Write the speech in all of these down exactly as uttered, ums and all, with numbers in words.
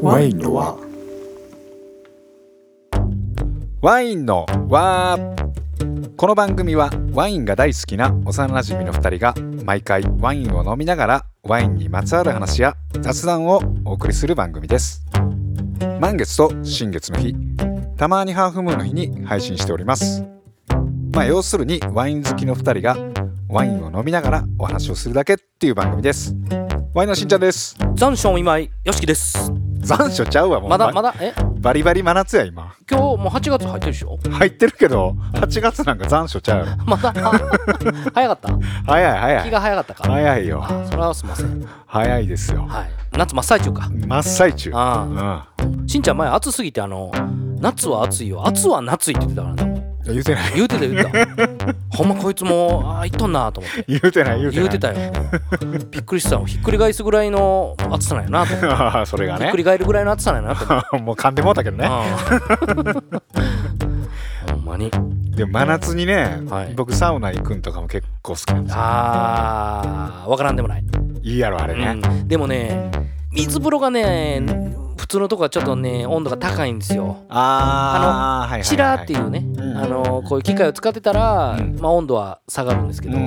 ワインの輪。 ワインの輪。この番組はワインが大好きな幼馴染のふたりが毎回ワインを飲みながらワインにまつわる話や雑談をお送りする番組です。満月と新月の日、たまにハーフムーンの日に配信しております。まあ要するにワイン好きのふたりがワインを飲みながらお話をするだけっていう番組です。ワインのしんちゃんです。 残暑お見舞いよしきです。 残暑ちゃうわもう。 まだまだえバリバリ真夏や今。 今日もうはちがつ入ってるでしょ。 入ってるけどはちがつなんか残暑ちゃうよ。 まだ早かった。 早い早い。 気が早かったか。 早いよ。 それはすみません。 早いですよ。 はい。夏真っ最中か。 真っ最中。 ああ、うん。しんちゃん前暑すぎてあの夏は暑いよ、暑は夏いって言ってたからな。 言うてない。 言うてた言うてた。ほんまこいつもあ言っとんなと思って。 言うてない言うてない。 言うてたよ。びっくりしたの。ひっくり返すぐらいの暑さなんやなと思って。 それがね。 ひっくり返るぐらいの暑さなんやなと思って。 もう噛んでもうたけどね。 ほんまに。 でも真夏にね、 はい、 僕サウナ行くんとかも結構好きなんですよ。 あー、わからんでもない。 いいやろあれね、 うん、でもね水風呂がね普通のとこはちょっとね温度が高いんですよ。 ああのチラーっていうね、うん、あのこういう機械を使ってたら、うん、まあ、温度は下がるんですけど、うん、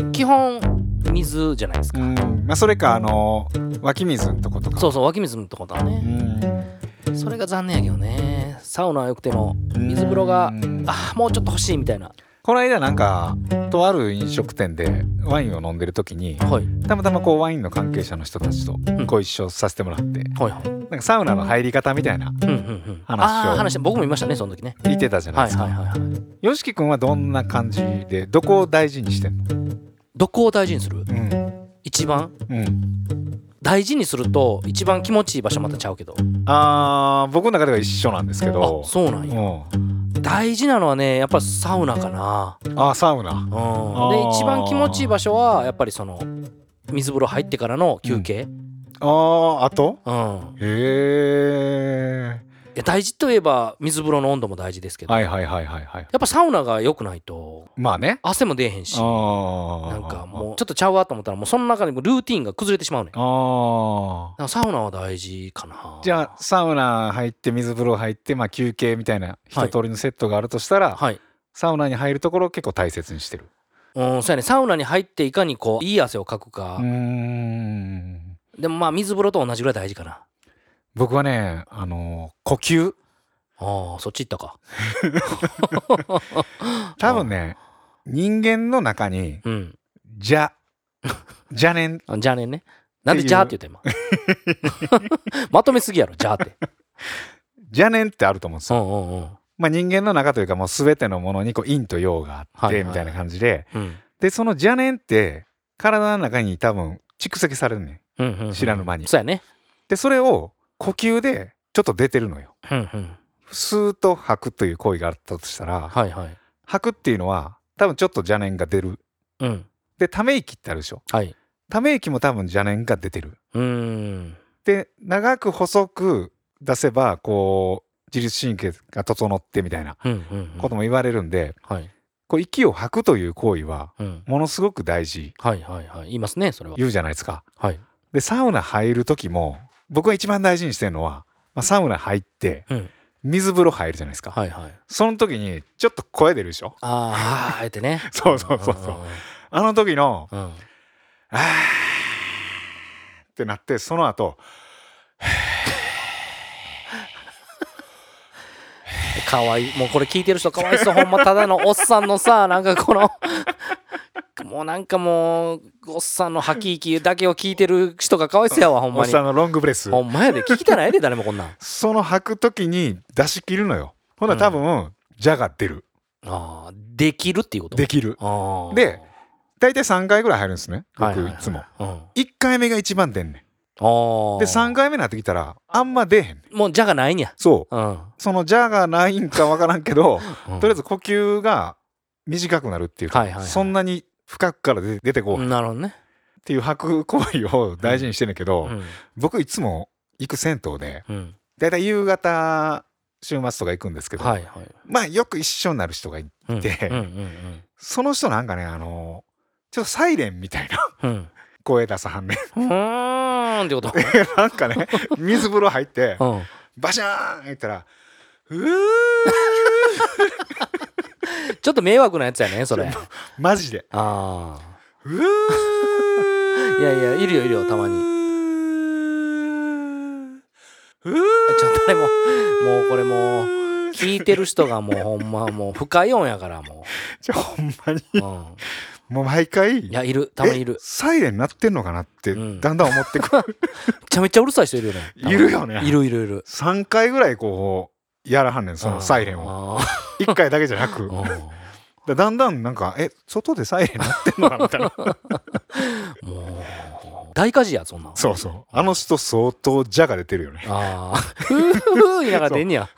基本水じゃないですか。うん、 まあ、それかあの湧き水のとことか。 そうそう湧き水のとことはね、うん、それが残念やけどね。サウナはよくても水風呂があもうちょっと欲しいみたいな。 この間なんかとある飲食店でワインを飲んでる時に、はい、たまたまこうワインの関係者の人たちとご一緒させてもらって、うんはいはい、なんかサウナの入り方みたいな話を、 あ話して僕もいましたねその時ね。 言ってたじゃないですか。よしき君はどんな感じでどこを大事にしてんの？ どこを大事にする？うん、一番、うん、大事にすると一番気持ちいい場所またちゃうけど。 あー僕の中では一緒なんですけど。 あそうなんや、うん、大事なのはねやっぱサウナかな。 あサウナ、うん、 で一番気持ちいい場所はやっぱりその水風呂入ってからの休憩、うん、 あああと、うん、へえ。 いや大事といえば水風呂の温度も大事ですけど、 はいはいはいはいはい、 やっぱサウナが良くないとまあね汗も出えへんし、あなんかもうちょっとちゃうわと思ったらもうその中にもルーティンが崩れてしまうね。ああサウナは大事かな。 じゃあサウナ入って水風呂入って、まあ、休憩みたいな一通りのセットがあるとしたら、はい、サウナに入るところを結構大切にしてる。 うんそうやね。サウナに入っていかにこういい汗をかくか。うーんでもまあ水風呂と同じぐらい大事かな。 僕はねあのー、呼吸。 ああそっち行ったか。 多分ね人間の中に、うん、邪邪念邪念ね。なんで邪って言った今。まとめすぎやろ邪って。 邪念ってあると思うんですよ。うんうんうんまあ、人間の中というかもう全てのものにこう陰と陽があってみたいな感じで、はいはいはいうん、でその邪念って体の中に多分蓄積されるね、うんうんうん、知らぬ間に。 そうやね。 でそれを呼吸でちょっと出てるのよ、うんうん、スーッと吐くという行為があったとしたら、はいはい、吐くっていうのは多分ちょっと邪念が出る、うん、でため息ってあるでしょ、はい、ため息も多分邪念が出てる。うーんで長く細く出せばこう自律神経が整ってみたいなことも言われるんで、うんうんうんはい、こう息を吐くという行為はものすごく大事、 うん、はいはいはい言いますねそれは。 言うじゃないですか、はい、でサウナ入る時も僕が一番大事にしてるのは、まあ、サウナ入って、うん、水風呂入るじゃないですか、はいはい、その時にちょっと声出るでしょ。 あああえてね。 そうそうそうそうあの時の、うん、あーってなってその後かわいい。もうこれ聞いてる人かわいそう。ほんまただのおっさんのさなんかこのもうなんかもうおっさんの吐き息だけを聞いてる人がかわいそうやわほんまに。 おっさんのロングブレスほんまやで聞きたないで誰もこんなんその吐く時に出し切るのよ。ほんなら多分、うん、邪が出る。あできるっていうこと。 できる。あで大体さんかいぐらい入るんですね僕いつも、はいはいはいうん、いっかいめが一番出んねん。あでさんかいめになってきたらあんま出へんねん。 もう邪がないんや。 そう、うん、その邪がないんか分からんけど、うん、とりあえず呼吸が短くなるっていうか、はいはいはい、そんなに深くから出てこう。 なるほどね。 っていう吐く行為を大事にしてんねんけど、うん、僕いつも行く銭湯で、うん、だいたい夕方週末とか行くんですけど、はいはい、まあよく一緒になる人がいて、うんうんうんうん、その人なんかねあのちょっとサイレンみたいな、うん、声出さはんねん。 ンってことなんかね水風呂入って、うん、バシャーン言ったらうーちょっと迷惑なやつやねそれマジでああうーいやいやいるよいるよたまにちょっとねもうもうこれもう聞いてる人がもうほんまもう不快音やからもうちょほんまに、 うん、 もう毎回いやいるたまにいるサイレン鳴ってんのかなって、うん、だんだん思ってくるめちゃめちゃうるさい人いるよねいるよねいるいるいるさんかいぐらいこうやらはんねんそのサイレンをいっかいだけじゃなくだ, だんだんなんかえ外でサイレン鳴ってんのかみたいなもう大火事やそんなそうそうあの人相当邪が出てるよねああふーふー言いながら出んねや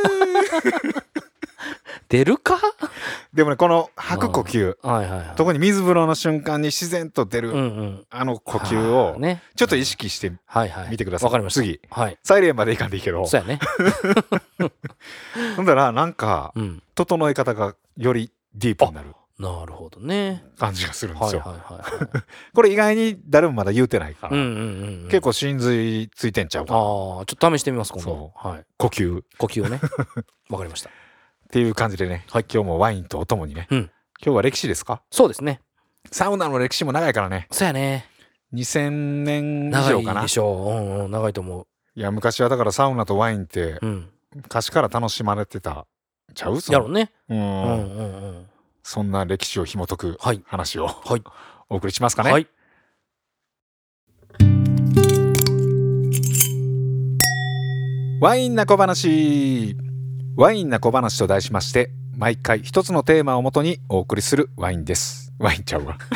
出るかでもねこの吐く呼吸、 はいはいはい、 特に水風呂の瞬間に自然と出る、うんうん、あの呼吸をちょっと意識してみてください、 わかりました。 次、 はい、 サイレンまでいかんでいいけどそうやねほんだらなんか、うん、整え方がよりディープになるなるほどね感じがするんですよ、 はいはいはいはい、 これ意外に誰もまだ言うてないから、 うんうんうんうん、 結構真髄ついてんちゃうかな。ああちょっと試してみます今度、はい、 呼吸呼吸をねわかりましたっていう感じでね、はい、今日もワインとお供にね、うん、今日は歴史ですか？ そうですねサウナの歴史も長いからね。 そうやねにせんねん以上かな。 長いでしょう、うんうん、長いと思う。 いや昔はだからサウナとワインって、うん、昔から楽しまれてたちゃうやろうね、 うん、うんうんうんそんな歴史を紐解く話を、はい、お送りしますかね。はい、ワインな小話。ワインな小話と題しまして毎回一つのテーマをもとにお送りするワインです。ワインちゃうわ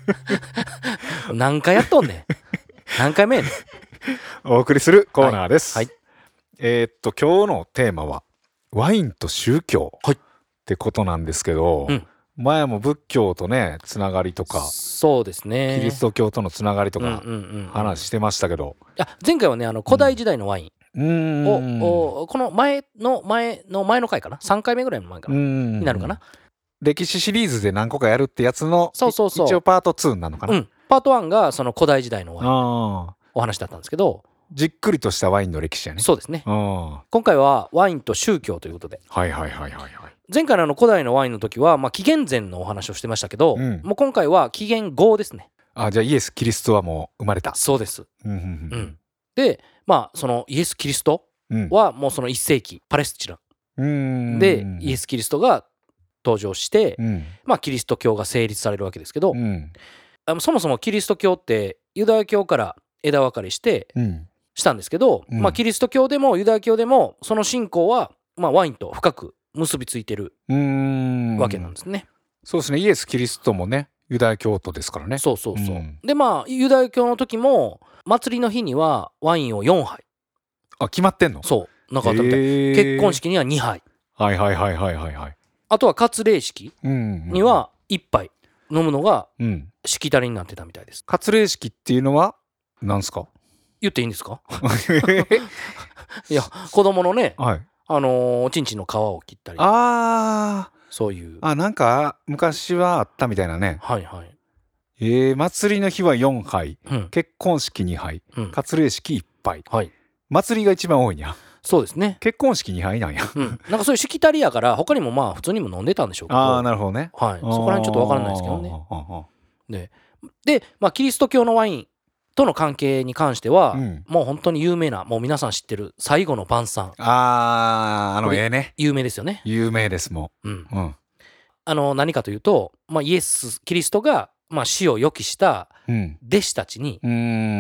何回やっとんねん何回目やねんお送りするコーナーです、はいはい、えー、っと今日のテーマはワインと宗教、はい、ってことなんですけど、うん、前も仏教とねつながりとかそうですねキリスト教とのつながりとか話してましたけど、 あ前回はねあの古代時代のワイン、うんをこの前の前の前の回かなさんかいめぐらいの前かなになるかな。 歴史シリーズで何個かやるってやつのそうそうそう一応パートツーなのかな、うん、 パートワンがその古代時代のワインお話だったんですけどじっくりとしたワインの歴史やね。 そうですね。今回はワインと宗教ということではいはいはいはいはい前回のあの古代のワインの時は、まあ、紀元前のお話をしてましたけど、うん、もう今回は紀元後ですね。 あじゃあイエス・キリストはもう生まれた。 そうです、うんうんうんうん、でまあそのイエス・キリストはもうそのいっ世紀パレスチナでイエス・キリストが登場して、うん、まあキリスト教が成立されるわけですけど、うん、あのそもそもキリスト教ってユダヤ教から枝分かれして、うん、したんですけど、うんまあ、キリスト教でもユダヤ教でもその信仰は、まあ、ワインと深く結びついてるわけなんですね。 そうですね。イエス・キリストもねユダヤ教徒ですからね。 そうそうそう、うん、でまあユダヤ教の時も祭りの日にはワインをよんはいあ決まってんの？ そうなんか結婚式にはにはいはいはいはいはいはいはいあとは割礼式にはいっぱい飲むのがしきたりになってたみたいです。 割礼式っていうのは何すか？ 言っていいんですか？いや子供のね、はい、あのー、おちんちんの皮を切ったりあそういうあなんか昔はあったみたいなね。 はいはいえー、祭りの日はよんはい、うん、結婚式にはい、うん、割礼式いっぱい、はい、祭りが一番多いんや。そうですね。結婚式にはいなんや、 うん、なんかそういうしきたりやから他にもまあ普通にも飲んでたんでしょうけどああなるほどね、 はい、そこら辺ちょっと分からないですけどね。で, で、まあ、キリスト教のワインとの関係に関しては、うん、もう本当に有名なもう皆さん知ってる最後の晩餐あーあの絵ね有名ですよね。 有名ですもう、うんうん、あの何かというと、まあ、イエスキリストが、まあ、死を予期した弟子たちに、うん、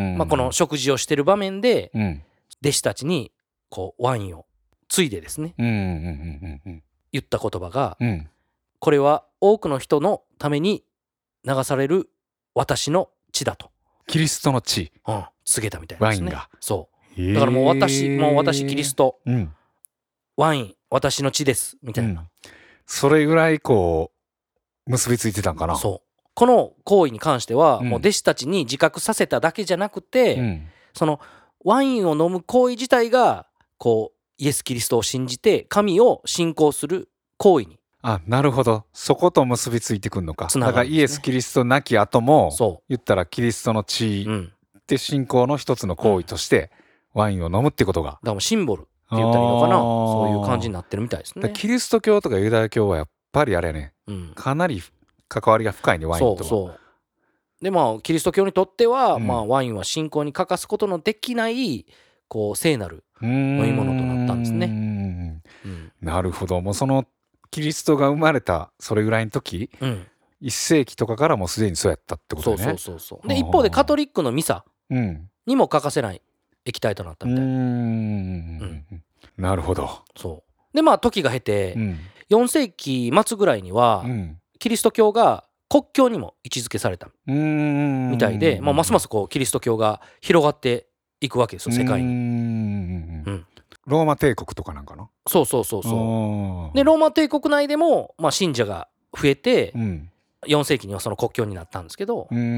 まあ、この食事をしてる場面で、うん、弟子たちにこうワインをついでですね、うんうんうんうん、言った言葉が、うん、これは多くの人のために流される私の血だと。 キリストの血、 うん、告げたみたいなんですね。 ワインがそうだからもう私もう私キリスト、うん、ワイン私の血ですみたいな、うん、 それぐらいこう結びついてたんかな。 そうこの行為に関しては、うん、もう弟子たちに自覚させただけじゃなくて、うん、そのワインを飲む行為自体がこうイエス・キリストを信じて神を信仰する行為に。 あなるほどそこと結びついてくるのか。だからイエス・キリストなき後もそう言ったらキリストの血で信仰の一つの行為としてワインを飲むってことが、だからもうシンボルって言ったらいいのかな、そういう感じになってるみたいですね。 キリスト教とかユダヤ教はやっぱりあれね、うん、かなり関わりが深いね、ワインとは。そうそう。 でまあキリスト教にとっては、うん、まあワインは信仰に欠かすことのできないこう聖なる飲み物となったんですね。 うん、なるほど。もうそのキリストが生まれたそれぐらいの時、うん、いっ世紀とかからもうすでにそうやったってことね。 そうそうそうそう。で一方でカトリックのミサにも欠かせない液体となったみたい。うん、うん、 なるほど。 そうでまあ時が経て、うん、よん世紀末ぐらいには、うん、キリスト教が国教にも位置づけされたみたいで、まあ、ますますこうキリスト教が広がっていくわけですよ、世界に。うん、 ローマ帝国とかなんかな。 そうそうそうそう。でローマ帝国内でも、まあ、信者が増えて、うん、よん世紀にはその国教になったんですけど、うんうん、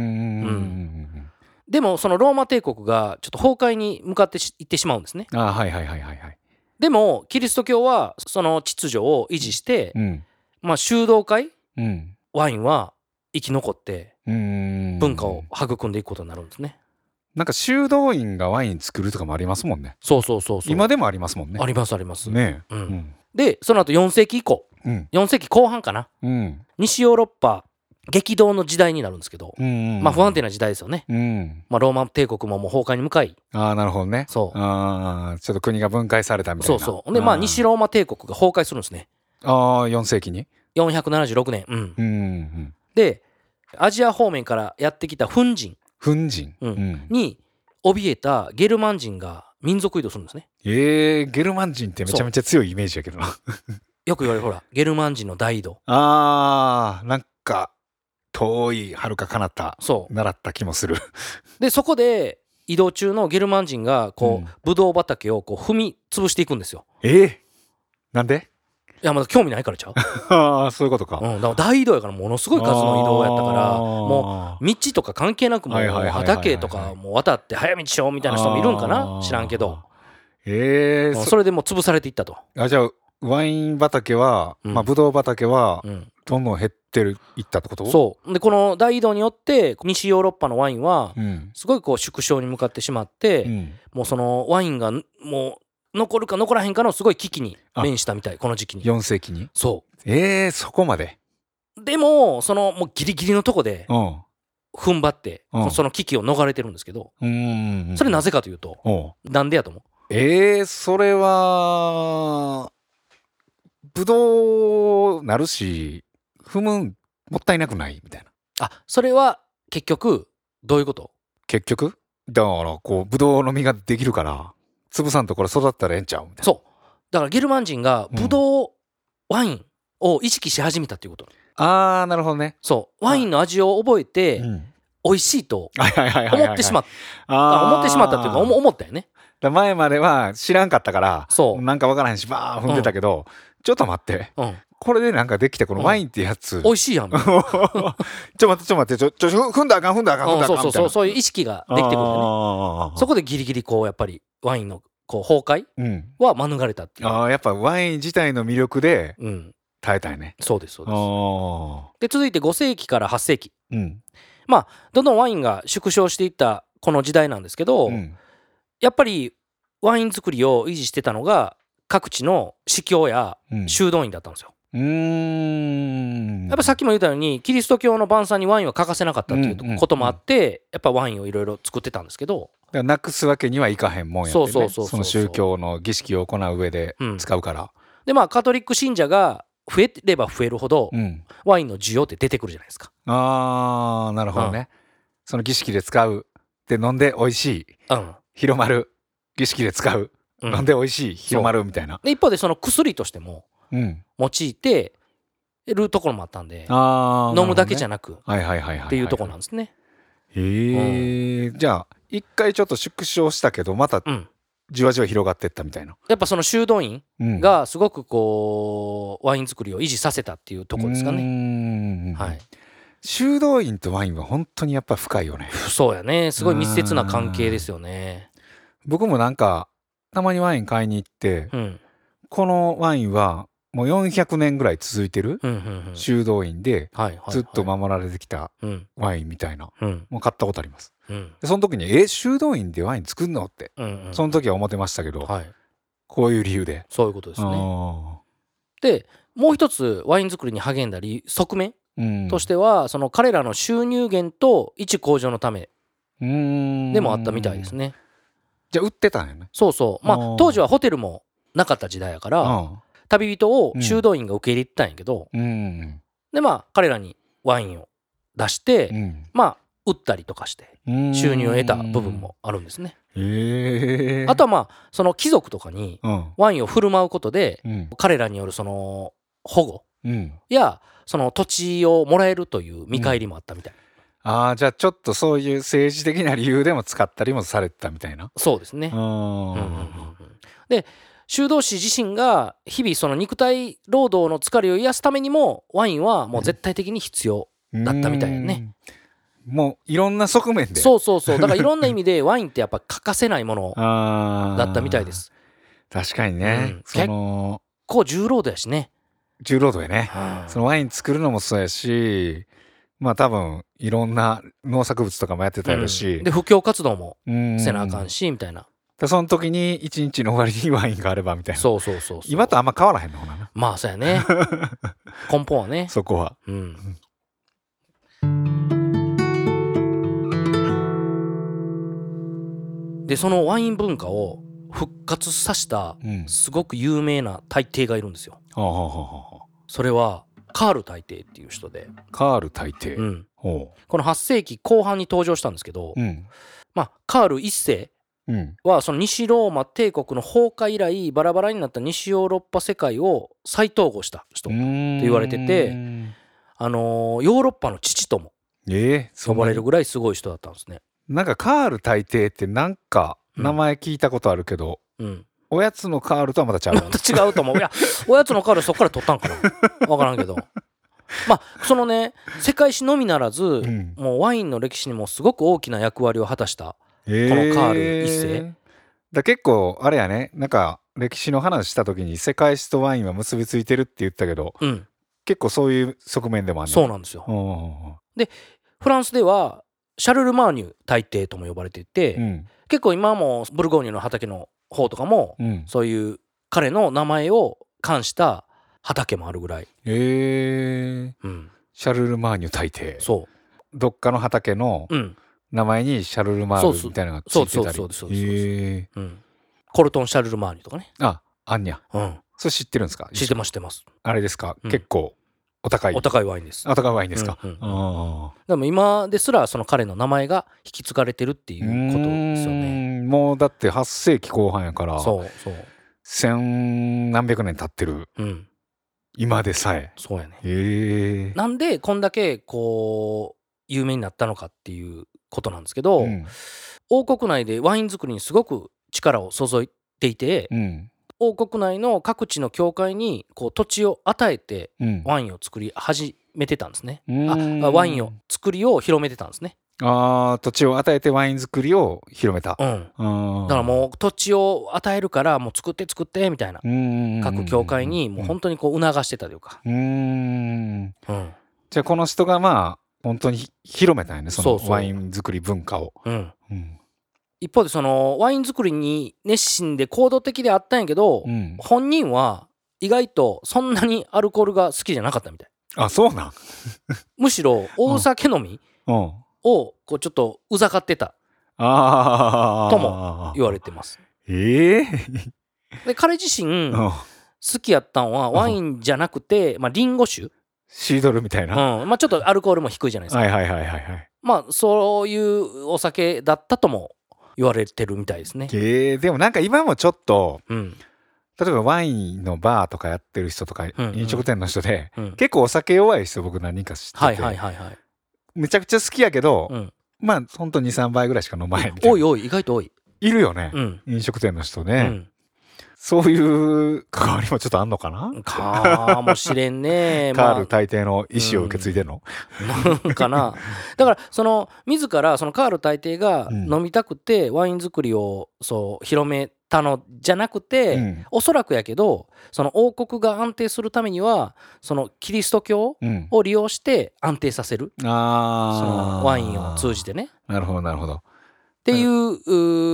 でもそのローマ帝国がちょっと崩壊に向かっていってしまうんですね。 あ、はいはいはいはいはい。 でもキリスト教はその秩序を維持して、うん、まあ修道会、うん、ワインは生き残って文化を育んでいくことになるんですね。 なんか修道院がワイン作るとかもありますもんね。 そうそうそうそう。 今でもありますもんね。 ありますありますね、 うんうん、でその後よん世紀以降、うん、よん世紀後半かな、うん、西ヨーロッパ激動の時代になるんですけど、うんうんうん、まあ不安定な時代ですよね、うんまあ、ローマ帝国ももう崩壊に向かい、 ああなるほどね。そうあちょっと国が分解されたみたいな。 そうそうでまあ西ローマ帝国が崩壊するんですね。 ああよん世紀によんひゃくななじゅうろくねん、うんうんうん、でアジア方面からやってきたフン人フン人、 うんうん、に怯えたゲルマン人が民族移動するんですね。 えー、ゲルマン人ってめちゃめちゃ強いイメージやけどなよく言われるほらゲルマン人の大移動。 あーなんか遠い遥か彼方習った気もするでそこで移動中のゲルマン人がこう、うん、ブドウ畑をこう踏み潰していくんですよ。 えー、なんで？ いやまだ興味ないからちゃうああそういうことか、 うん、だから大移動やからものすごい数の移動やったからもう道とか関係なくもう畑とかもう渡って早道しようみたいな人もいるんかな知らんけど、えー、それでもう潰されていったと。 あじゃあワイン畑は、うんまあ、ブドウ畑はどんどん減ってるいったってこと？ そうでこの大移動によって西ヨーロッパのワインはすごいこう縮小に向かってしまって、うん、もうそのワインがもう残るか残らへんかのすごい危機に面したみたいこの時期に。 よん世紀にそうえー、そこまで。 でもそのもうギリギリのとこで踏ん張って、うん、その危機を逃れてるんですけど、うんうんうん、それなぜかというとなんでやと思う？ えー、それはブドウなるし踏むもったいなくないみたいな。 あそれは結局どういうこと？ 結局だからこうブドウの実ができるから潰さんところ育ったらええんちゃうみたいな。 そうだからゲルマン人がブドウ、うん、ワインを意識し始めたっていうこと。 あーなるほどね。 そうワインの味を覚えて、うん、美味しいと思ってしまった思ってしまったっていうか思ったよね。 だ前までは知らんかったからそうなんか分からへんしバー踏んでたけど、うん、ちょっと待って、うん、これでなんかできてこのワインってやつ、うん、 美味しいやんちょ待ってちょ待ってちょちょ踏んだあかん踏んだあかん踏んだあかんみたいな、 そうそうそうそういう意識ができてくるんだよね。そこでギリギリこうやっぱりワインのこう崩壊は免れたっていう、うん、 あやっぱワイン自体の魅力で耐えたいね、 うん、そうですそうです。で続いてご世紀からはっ世紀、うん、まあどんどんワインが縮小していったこの時代なんですけど、うん、やっぱりワイン作りを維持してたのが各地の司教や修道院だったんですよ。うーんやっぱさっきも言ったようにキリスト教の晩餐にワインは欠かせなかったっていうこともあって、うんうんうん、やっぱワインをいろいろ作ってたんですけど、 なくすわけにはいかへんもんやってね。そうそうそうそう、その宗教の儀式を行う上で使うから、うん、 でまあカトリック信者が増えれば増えるほど、うん、ワインの需要って出てくるじゃないですか。 あーなるほどね、うん、その儀式で使うで飲んで美味しい、うん、広まる儀式で使う、うん、飲んで美味しい広まるみたいな。 で一方でその薬としても用いてるところもあったんで、あ飲むだけじゃなくっていうところなんですね。 へえ、うん、じゃあ一回ちょっと縮小したけどまたじわじわ広がっていったみたいな、 やっぱその修道院がすごくこうワイン作りを維持させたっていうところですかね。うん、 はい、修道院とワインは本当にやっぱ深いよね。 そうやね、すごい密接な関係ですよね。 僕もなんかたまにワイン買いに行って、うん、このワインはもうよんひゃくねんぐらい続いてる修道院でずっと守られてきたワインみたいな、もう買ったことあります。でその時に「え修道院でワイン作るの?」ってその時は思ってましたけど、こういう理由で。 そういうことですね。でもう一つワイン作りに励んだり側面としては、その彼らの収入源と一向上のためでもあったみたいですね。 じゃあ売ってたんやね。 そうそう。まあ当時はホテルもなかった時代やから旅人を修道院が受け入れてたんやけど、うん、でまあ彼らにワインを出して、うん、まあ売ったりとかして収入を得た部分もあるんですね。へー。あとはまあその貴族とかにワインを振る舞うことで、うん、彼らによるその保護やその土地をもらえるという見返りもあったみたい。 うん、ああじゃあちょっとそういう政治的な理由でも使ったりもされてたみたいな。 そうですね。うんうんうん、で修道士自身が日々その肉体労働の疲れを癒すためにもワインはもう絶対的に必要だったみたいよね。 もういろんな側面で。 そうそうそう。だからいろんな意味でワインってやっぱ欠かせないものだったみたいです。 確かにね。うん、その結構重労働やしね。 重労働やね。そのワイン作るのもそうやし、まあ多分いろんな農作物とかもやってたやろし、 うん、で布教活動もせなあかんしみたいな。 その時に一日の終わりにワインがあればみたいな。 そうそうそうそう。 今とあんま変わらへんのかな。 まあそうやね。根本はね。 そこは。うん。 でそのワイン文化を復活させたすごく有名な大帝がいるんですよ。うん、それはカール大帝っていう人で。 カール大帝。うん。 このはっ世紀後半に登場したんですけど、うん、まあカール一世はその西ローマ帝国の崩壊以来バラバラになった西ヨーロッパ世界を再統合した人と言われてて、あのー、ヨーロッパの父とも呼ばれるぐらいすごい人だったんですね。 なんかカール大帝ってなんか名前聞いたことあるけど、うん、おやつのカールとはまた違う。 また違うと思う。いやおやつのカールそこから取ったんかな分からんけどまあそのね世界史のみならず、うん、もうワインの歴史にもすごく大きな役割を果たしたこのカール一世だ。結構あれやね、なんか歴史の話した時に世界史とワインは結びついてるって言ったけど、うん、結構そういう側面でもある。 そうなんですよ。でフランスではシャルル・マーニュ大帝とも呼ばれていて、うん、結構今もブルゴーニュの畑の方とかも、うん、そういう彼の名前を冠した畑もあるぐらい。へえ、うん、シャルル・マーニュ大帝。そうどっかの畑の名前にシャルル・マーニュみたいなのがついてたり。そうそうそうそうそうそう。へえ、うん、 コルトン・シャルル・マーニュとかね。 あ、あんにゃ。うん。それ知ってるんですか？ 知ってます知ってます。 あれですか、うん、結構お高いお高いワインです。 お高いワインですか。うんうん、 あでも今ですらその彼の名前が引き継がれてるっていうことですよね。 もうだってはっ世紀後半やから、そうそう千何百年経ってる、うん、今でさえ。 そうやね。 へえ。 なんでこんだけこう有名になったのかっていうことなんですけど、うん、王国内でワイン作りにすごく力を注いでいて、うん、王国内の各地の教会にこう土地を与えてワインを作り始めてたんですね。うん、あワインを作りを広めてたんですね。 あ土地を与えてワイン作りを広めた。うん、 だからもう土地を与えるからもう作って作ってみたいな、各教会にもう本当にこう促してたというか。うん、 うん、じゃあこの人がまあ本当に広めたんやね、そのワイン作り文化を。うんうん、 一方でそのワイン作りに熱心で行動的であったんやけど、うん、本人は意外とそんなにアルコールが好きじゃなかったみたい。 あ、そうなんむしろ大酒飲みをこうちょっとうざかってたとも言われてます。えー、で彼自身好きやったんはワインじゃなくて、まあ、リンゴ酒シードルみたいな、 うんまあ、ちょっとアルコールも低いじゃないですか。 はいはいはいはいはい。 まあそういうお酒だったとも言われてるみたいですね。 えー、でもなんか今もちょっと、うん、例えばワインのバーとかやってる人とか、うんうん、飲食店の人で、うん、結構お酒弱い人僕何人か知ってて、はいはいはいはい、めちゃくちゃ好きやけど、うん、まあほんと にさんばいぐらいしか飲まへんみたいな。 多い多い意外と多いいるよね、うん、飲食店の人ね、うん、そういう関わりもちょっとあんのかなかもしれんねカール大帝の意思を受け継いでんの、 うん、かな。だからその自らそのカール大帝が飲みたくてワイン作りをそう広めたのじゃなくて、うん、おそらくやけどその王国が安定するためにはそのキリスト教を利用して安定させる、うん、あそのワインを通じてね。 なるほどなるほどっていう、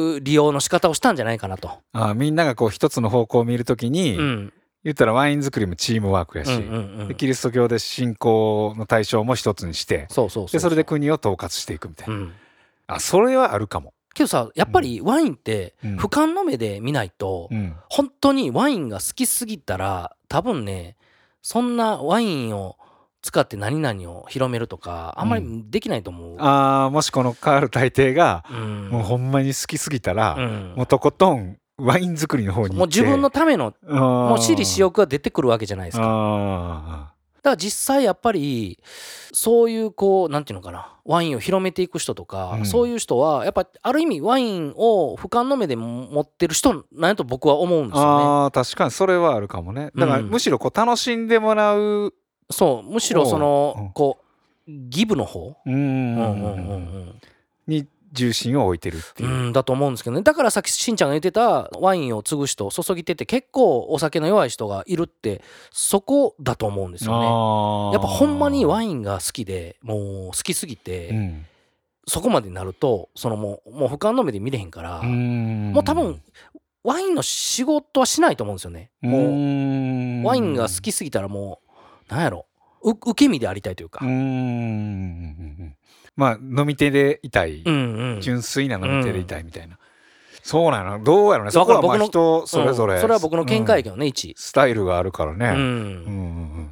う利用の仕方をしたんじゃないかなと。 あみんながこう一つの方向を見るときに、うん、言ったらワイン作りもチームワークやし、うんうんうん、でキリスト教で信仰の対象も一つにしてそれで国を統括していくみたいな、うん、あそれはあるかも。 けどさやっぱりワインって俯瞰の目で見ないと、うん、本当にワインが好きすぎたら多分ねそんなワインを使って何々を広めるとかあんまりできないと思う、うん、 あもしこのカール大帝が、うん、もうほんまに好きすぎたら、うん、もうとことんワイン作りの方に行ってもう自分のためのもう私利私欲が出てくるわけじゃないですか。あだから実際やっぱりそういうこうなんていうのかなワインを広めていく人とか、うん、そういう人はやっぱある意味ワインを俯瞰の目で持ってる人なんやと僕は思うんですよね。 あ確かにそれはあるかもね。だからむしろこう楽しんでもらう、うん、 そうむしろそのこうギブの方に重心を置いてるっていう、 うん、だと思うんですけどね。だからさっきしんちゃんが言ってたワインを継ぐ人注ぎ手って結構お酒の弱い人がいるってそこだと思うんですよね。やっぱほんまにワインが好きでもう好きすぎて、うん、そこまでになるとそのもうもう俯瞰の目で見れへんからもう多分ワインの仕事はしないと思うんですよね。もうワインが好きすぎたらもうなんやろう受け身でありたいというか。うーんまあ飲み手でいたい、うんうん、純粋な飲み手でいたいみたいな、うん、そうなのどうやろね。そこはまあ人それぞれ、うん、 それは僕の見解やけどね、うん、一スタイルがあるからね、うんうんうん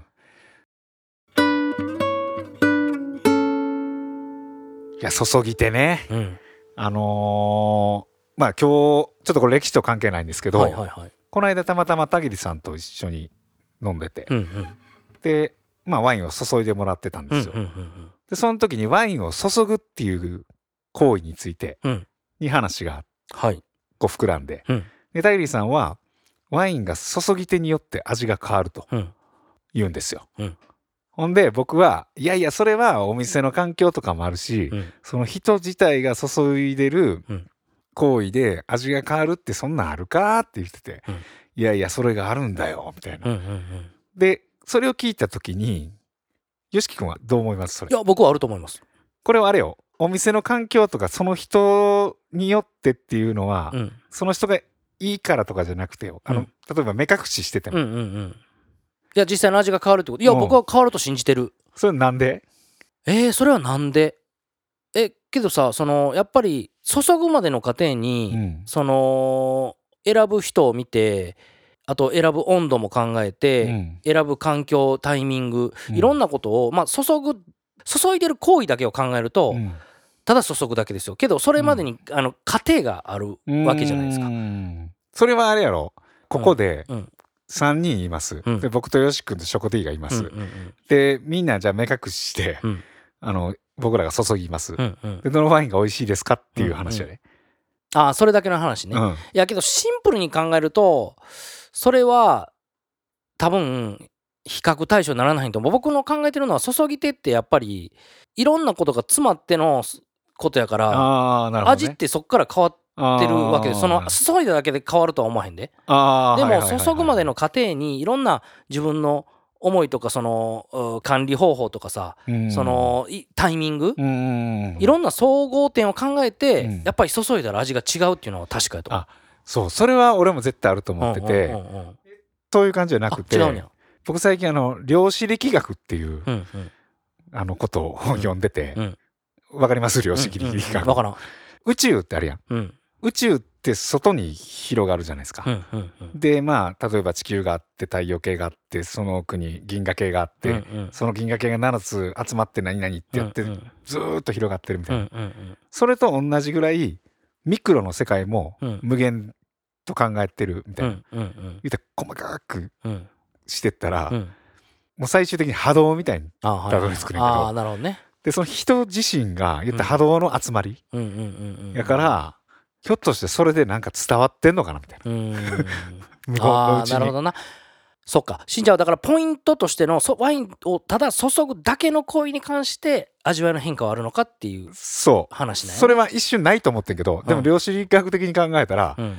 うん、いや注ぎ手ね、うん、あのー、まあ今日ちょっとこれ歴史と関係ないんですけど、はいはいはい、この間たまたま田切さんと一緒に飲んでて、うんうん、でまあワインを注いでもらってたんですよ、うんうんうんうん、でその時にワインを注ぐっていう行為についてに話がこう膨らんで、うん、で田切さんはワインが注ぎ手によって味が変わると言うんですよ、うん、ほんで僕はいやいやそれはお店の環境とかもあるし、うん、その人自体が注いでる行為で味が変わるってそんなんあるかって言ってて、うん、いやいやそれがあるんだよみたいな、うんうんうん、でそれを聞いた時によしき君はどう思います？それ。 いや僕はあると思います。 これはあれよお店の環境とかその人によってっていうのは、うん、その人がいいからとかじゃなくてよあの、うん、例えば目隠ししてても、うんうんうん、 いや実際の味が変わるってこといや、うん、僕は変わると信じてる。 それなんで？ えー、それはなんでえけどさそのやっぱり注ぐまでの過程に、うん、その選ぶ人を見てあと選ぶ温度も考えて、うん、選ぶ環境タイミング、うん、いろんなことを、まあ、注ぐ注いでる行為だけを考えると、うん、ただ注ぐだけですよけどそれまでに、うん、あの過程があるわけじゃないですか。 それはあれやろここでさんにんいます、うん、で僕とよし君とショコティーがいます、うんうんうん、でみんなじゃあ目隠しして、うん、あの僕らが注ぎます、うんうん、でどのワインが美味しいですかっていう話やね、 うんうん、ああそれだけの話ね、うん、いやけどシンプルに考えるとそれは多分比較対象にならないと思う。僕の考えてるのは注ぎ手ってやっぱりいろんなことが詰まってのことやから、あ、なるほどね、味ってそっから変わってるわけでその注いだだけで変わるとは思わへんで。あでも注ぐまでの過程にいろんな自分の思いとかその管理方法とかさ、そのタイミングいろんな総合点を考えて、うん、やっぱり注いだら味が違うっていうのは確かやと思う。あそうそれは俺も絶対あると思ってて、うんうんうんうん、そういう感じじゃなくて僕最近あの量子力学っていう、うんうん、あのことを読んでて、うんうん、わかります量子力学、うんうん、わからん。宇宙ってあるやん、うん、宇宙って外に広がるじゃないですか、うんうんうん、でまあ例えば地球があって太陽系があってその奥に銀河系があって、うんうん、その銀河系がななつ集まって何々ってやって、うんうん、ずーっと広がってるみたいな、うんうんうん、それと同じぐらいミクロの世界も無限と考えてるみたいな、うんうんうん、言ったら細かくしてったら、うん、もう最終的に波動みたいにたどり着くねんけど、あ、なるほどね。でその人自身が言った波動の集まりやから、ひょっとしてそれでなんか伝わってんのかなみたいな。うん向こうのうちに。あ、なるほどな。 そっかしんちゃんはだからポイントとしてのワインをただ注ぐだけの行為に関して味わいの変化はあるのかっていう話ね。 そうそれは一瞬ないと思ってんけど、でも量子力学的に考えたら、うん、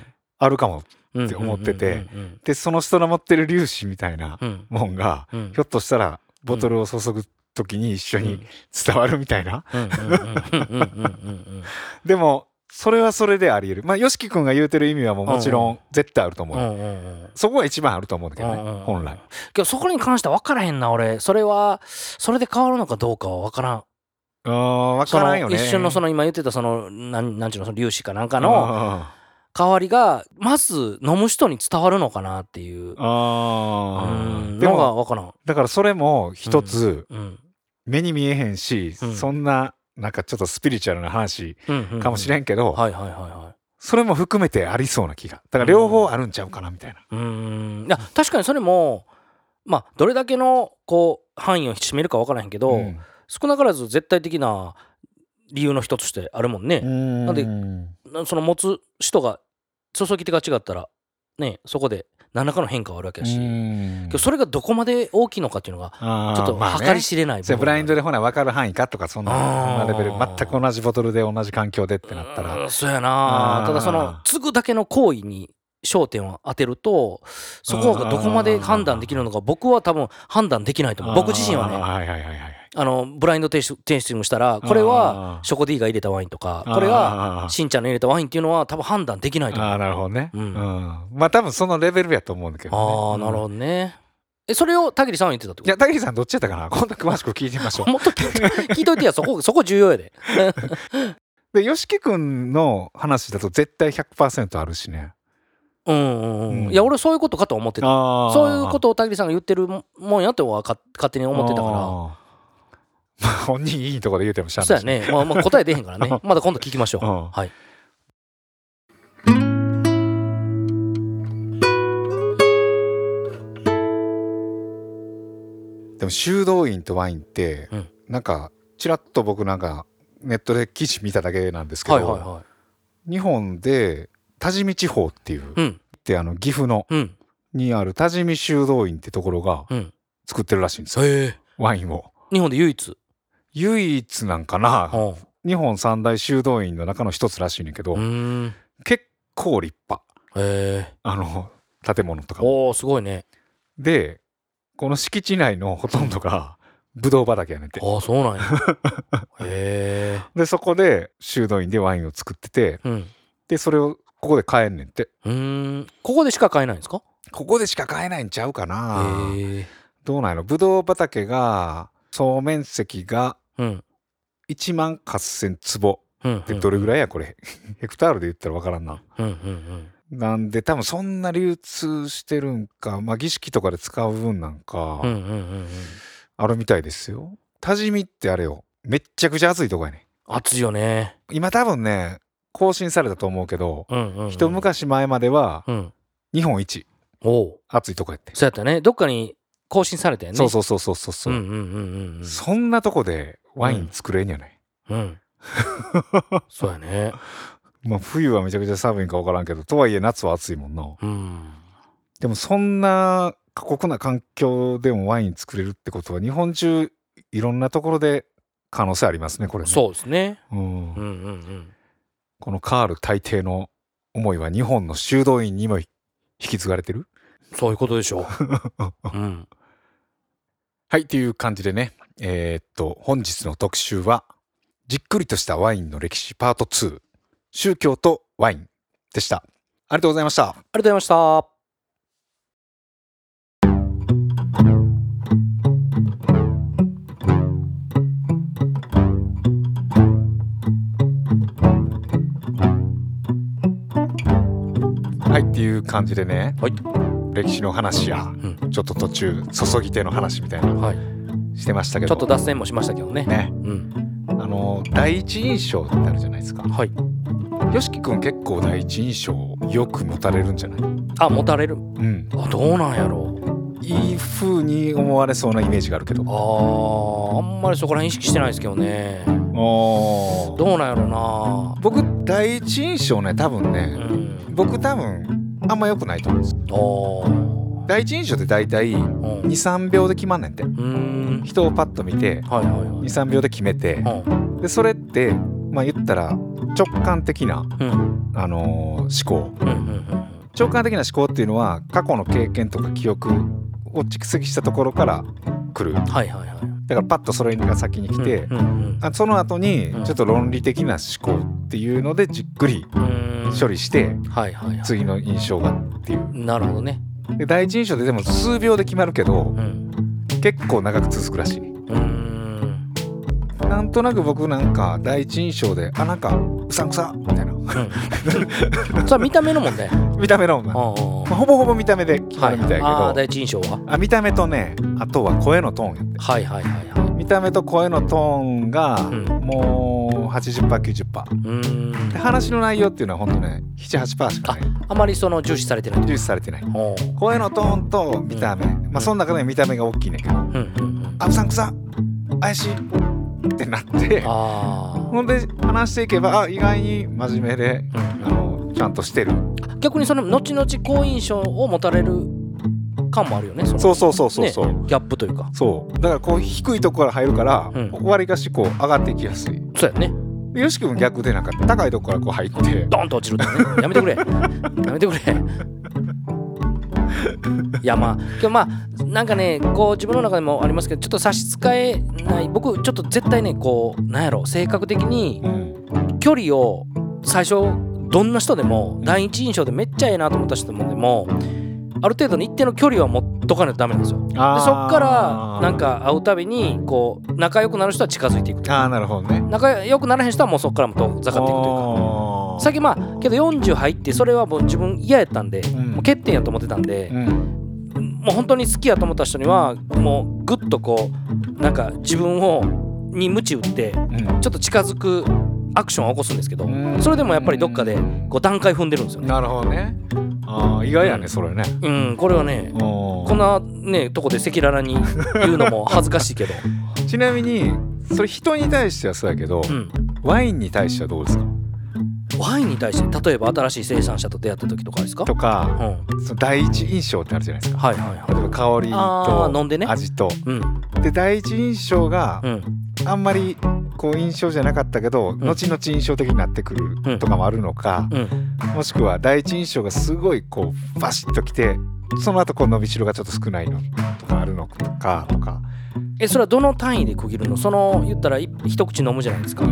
あるかもって思ってて、でその人の持ってる粒子みたいなもんが、うん、ひょっとしたらボトルを注ぐ時に一緒に伝わるみたいな。でもそれはそれであり得る。まあ YOSHIKI 君が言うてる意味はもうもちろん絶対あると思う、うんうん、そこが一番あると思うんだけどね、うんうんうん、本来。 けどそこに関しては分からへんな俺。それはそれで変わるのかどうかは分からん。 あ分からんよね。 一瞬のその今言ってたそのなんなんちゅうのその粒子かなんかの代わりがまず飲む人に伝わるのかなっていうあうんのが分からん。 だからそれも一つ、うんうん、目に見えへんし、うん、そんななんかちょっとスピリチュアルな話かもしれんけど、それも含めてありそうな気が。だから両方あるんちゃうかなみたいな。 うん、いや確かにそれもまあどれだけのこう範囲を占めるか分からへんけど、うん、少なからず絶対的な理由の一つとしてあるもんね。んなんでその持つ人が注ぎ手が違ったらねそこで何らかの変化はあるわけだし、けどそれがどこまで大きいのかっていうのがちょっと計り知れない部分、 まあね、ブラインドでほな分かる範囲かとかそんなレベル全く同じボトルで同じ環境でってなったらそうやな。ただその継ぐだけの行為に焦点を当てるとそこがどこまで判断できるのか僕は多分判断できないと思う。僕自身はね、はいはいはいはい、あのブラインドテイスティングしたらこれはショコ D が入れたワインとかこれがしんちゃんの入れたワインっていうのは多分判断できないと思う。 ああなるほどね、うんうん、まあ多分そのレベルやと思うんだけど、ね、 ああなるほどね。えそれを田切さんは言ってたってこと？ いや田切さんどっちやったかな。今度詳しく聞いてみましょう。 もっと聞いといてやそこそこ重要やで。 で YOSHIKI 君の話だと絶対 ひゃくパーセント あるしね。 うんうんうん、いや俺そういうことかと思ってた。そういうことを田切さんが言ってるもんやとは勝手に思ってたから。 まあ本人いいところで言うてもしゃあないし、ね、そうやね、まあ、まあ答え出へんからね。まだ今度聞きましょう、うん、はい。 でも修道院とワインって、うん、なんかちらっと僕なんかネットで記事見ただけなんですけど、はいはいはい、日本で多治見地方っていう、うん、であの岐阜の、うん、にある多治見修道院ってところが作ってるらしいんですよ、うん、ワインを。 日本で唯一唯一なんかな、日本三大修道院の中の一つらしいねんけど、結構立派、へあの建物とかも。おーすごいね。 でこの敷地内のほとんどがブドウ畑やねんて。 ああそうなんや。へえ。でそこで修道院でワインを作ってて、うん、でそれをここで買えんねんって。 うーんここでしか買えないんですか？ ここでしか買えないんちゃうかな。へどうなんやろ。ブドウ畑が総面積がいちまんはっせん坪でどれぐらいやこれヘクタールで言ったら分からんな、うんうんうん、なんで多分そんな流通してるんか、まあ儀式とかで使う分なんか、うんうんうんうん、あるみたいですよ。多治見ってあれよめっちゃくちゃ暑いとこやね。 暑いよね。 今多分ね更新されたと思うけど、うんうんうん、一昔前までは日本一暑いとこやって。 そうやったね。どっかに更新されたよね。 そうそうそうそうそう、うんうんうんうん、そんなとこでワイン作れんやない、うん、うん、 そうやね。 まあ冬はめちゃくちゃ寒いんか分からんけどとはいえ夏は暑いもんな、うん、でもそんな過酷な環境でもワイン作れるってことは日本中いろんなところで可能性ありますねこれね。 そうですね、 うんうんうんうん、このカール大帝の思いは日本の修道院にも引き継がれてる。 そういうことでしょう、うん、 はいっていう感じでね、えー、っと本日の特集はじっくりとしたワインの歴史パートツー宗教とワインでした。ありがとうございました。 ありがとうございました。 はいっていう感じでね、はい、歴史の話や、うん、ちょっと途中注ぎ手の話みたいな、はい、してましたけど、 ちょっと脱線もしましたけどね。ね、 うん、あの第一印象ってあるじゃないですか。はい。YOSHIKI君結構第一印象よく持たれるんじゃない？ あ、持たれる。うん。あ、どうなんやろう。いい風に思われそうなイメージがあるけど。 ああ、あんまりそこら辺意識してないですけどね。ああ。どうなんやろな。 僕第一印象ね、多分ね、うん、僕多分あんま良くないと思うんです。第一印象って大体にさんびょうで決まんねんて。うん、人をパッと見て、はいはいはい、にさんびょうで決めて、うん、でそれってまあ言ったら直感的な、うん、あのー、思考、うんうんうん、 直感的な思考っていうのは過去の経験とか記憶を蓄積したところから来る、はいはいはい、だからパッとそれが先に来て、うんうんうん、その後にちょっと論理的な思考っていうのでじっくり処理して次の印象がっていう、 なるほどね。 で第一印象ででも数秒で決まるけど、うん、結構長く続くらしい。うーん、なんとなく僕なんか第一印象であなんかうさんくさみたいな、うん、 それは見た目の問題見た目の問題、まあ、ほぼほぼ見た目で決まるみたいやけど、はい、 あ第一印象はあ見た目とね、あとは声のトーンやって、はいはいはいはい、見た目と声のトーンがもう はちじゅっパーセントきゅうじゅっパーセント、うーんで話の内容っていうのはほんとね ななはちパーセント しかない。 あ, あまりその重視されてない重視されてない。声のトーンと見た目、うん、まあその中で見た目が大きいねんけど、うんうんうん、あうさんくさ怪しいってなって、あほんで話していけばあ意外に真面目で、うん、あのちゃんとしてる。 逆にその後々好印象を持たれる感もあるよね。そそうそうそうそうそう、ね、 ギャップというか。 そうだからこう低いところから入るから、うん、わりかしこう上がっていきやすい。 そうやね。 よし君逆でなんか高いところからこう入ってドンと落ちるってね。やめてくれやめてくれいやまあ今日まあなんかねこう自分の中でもありますけど、ちょっと差し支えない僕ちょっと絶対ねこうなんやろ性格的に距離を最初どんな人でも第一印象でめっちゃええなと思った人でもある程度の一定の距離は持っとかないとダメなんですよ。でそっからなんか会うたびにこう仲良くなる人は近づいていく。 ああなるほどね。 仲良くならへん人はもうそっからも遠ざかっていくというか。最近まあけどよんじゅう入ってそれはもう自分嫌やったんで、うん、もう欠点やと思ってたんで、うん、もう本当に好きやと思った人にはもうグッとこうなんか自分をに鞭打って、うん、ちょっと近づくアクションを起こすんですけど、それでもやっぱりどっかでこう段階踏んでるんですよね。 なるほどね。あ意外やね、うん、それね。 うん、これはねこんなねとこで赤裸々に言うのも恥ずかしいけどちなみにそれ人に対してはそうやけど、うん、ワインに対してはどうですか？ ワインに対して例えば新しい生産者と出会った時とかですか？ とか、うん、その第一印象ってあるじゃないですか。はいはいはい、例えば香りと飲んで、ね、 味と、うん、で第一印象が、うん、あんまりこう印象じゃなかったけど、うん、後々印象的になってくるとかもあるのか、うん、もしくは第一印象がすごいこうバシッときてその後こう伸びしろがちょっと少ないのとかあるのかとか。 えそれはどの単位で区切るの？その言ったら一口飲むじゃないですか、うん、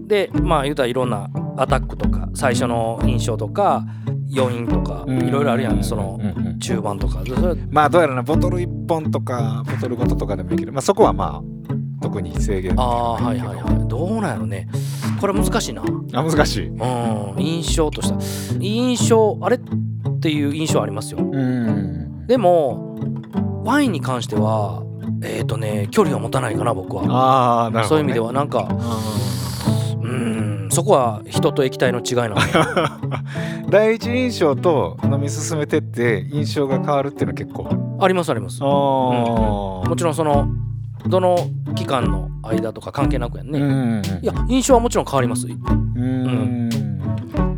でまあ言ったらいろんなアタックとか最初の印象とか余韻とかいろいろあるやん、その中盤とか。 まあどうやらなボトルいっぽんとかボトルごととかでもいいけど、まあそこはまあ特に制限。 ああはいはいはい。どうなんやろね。これ難しいな。 あ難しい。 うん印象とした印象あれっていう印象ありますよ。うんでもワインに関してはえっとね距離は持たないかな僕は。ああなるほど、ね、そういう意味ではなんかうんそこは人と液体の違いなので第一印象と飲み進めてって印象が変わるっていうのは結構ありますあります。あ、うんうん、もちろんそのどの期間の間とか関係なくやんね。うんうん、いや印象はもちろん変わります。うん、 うん、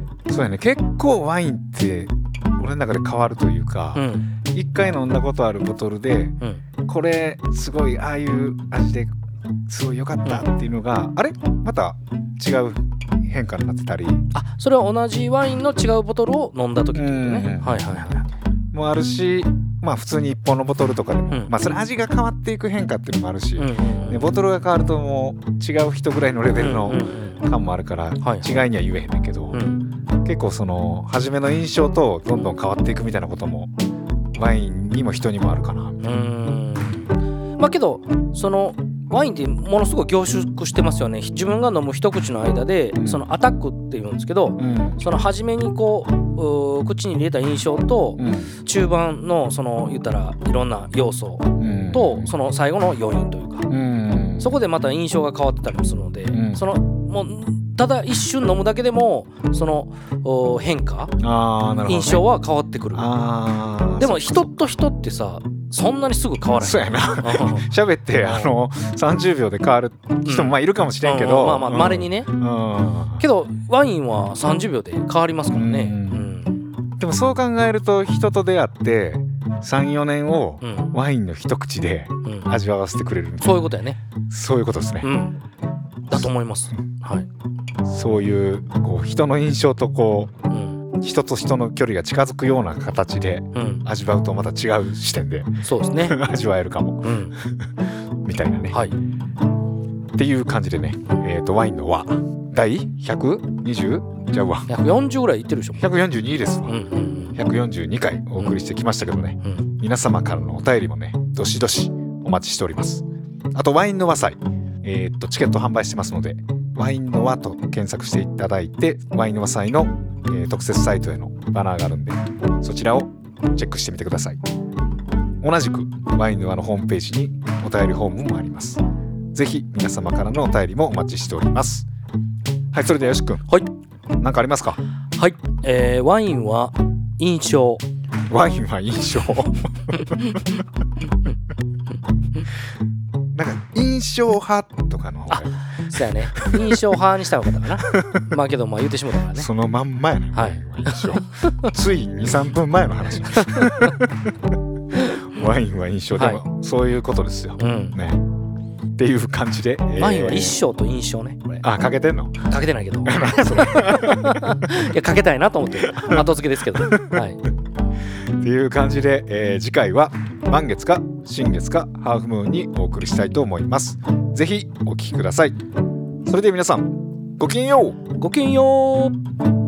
そうやね。結構ワインって俺の中で変わるというか、うん、一回飲んだことあるボトルで、うん、これすごいああいう味ですごい良かったっていうのが、うん、あれまた違う変化になってたり、 あそれは同じワインの違うボトルを飲んだ時ってことね。うん、はいはいはいもあるし、まあ普通に一本のボトルとかでも、うん、まあそれ味が変わっていく変化っていうのもあるし、うんうんうん、ボトルが変わるともう違う人ぐらいのレベルの感もあるから違いには言えへんねんけど、うんうん、結構その初めの印象とどんどん変わっていくみたいなこともワインにも人にもあるかなみたいな。うーんまあけどそのワインってものすごい凝縮してますよね。自分が飲む一口の間で、うん、そのアタックっていうんですけど、うん、その初めにこう口に入れた印象と、うん、中盤のその言ったらいろんな要素と、うん、その最後の余韻というか、うん、そこでまた印象が変わってたりもするので、うん、そのもうただ一瞬飲むだけでもその変化、あ、なるほどね、印象は変わってくる。あでも人と人ってさそんなにすぐ変わらない。 そうやな喋ってあのさんじゅうびょうで変わる人もまあいるかもしれんけど、 うん、まあまあ稀にね、うん、けどワインはさんじゅうびょうで変わりますからね、うんうん、でもそう考えると人と出会ってさんよねんをワインの一口で味わわせてくれるみたいな、 そういうことやね。 そういうことですね、うん、 だと思います、はい、 そういうこう人の印象とこう、うん、 人と人の距離が近づくような形で味わうとまた違う視点で、うん、 そうですね味わえるかも、うん、みたいなね、はい、っていう感じでね、えーとワインの輪だいひゃくにじゅうじゃあわひゃくよんじゅうぐらいいってるでしょ。 ひゃくよんじゅうにですわ、うんうんうん、ひゃくよんじゅうにかいお送りしてきましたけどね、うんうん、皆様からのお便りもねどしどしお待ちしております。あとワインの輪祭、えー、とチケット販売してますので、ワインの輪と検索していただいて、ワインの輪祭の、えー、特設サイトへのバナーがあるんで、そちらをチェックしてみてください。同じくワインの輪のホームページにお便りフォームもあります。ぜひ皆様からのお便りもお待ちしております。はい、それではよしくん、 はい、 何かありますか？ はい、えー、ワインは印象。 ワインは印象なんか印象派とかの方が、 そうやね、印象派にした方がよかったかなまあけどまあ言うてしまったからね、 そのまんまやね、はい、印象つい にさんぷんまえの話ワインは印象、でも、はい、そういうことですよ、うん、ねっていう感じで、えー、 ワインは一生と印象ね、これ。 あ、かけてんの？ かけてないけどいや、かけたいなと思って後付けですけど、はい、 っていう感じで、えー、次回は満月か新月かハーフムーンにお送りしたいと思います。ぜひお聞きください。それでは皆さん、ごきげんよう。 ごきげんよう。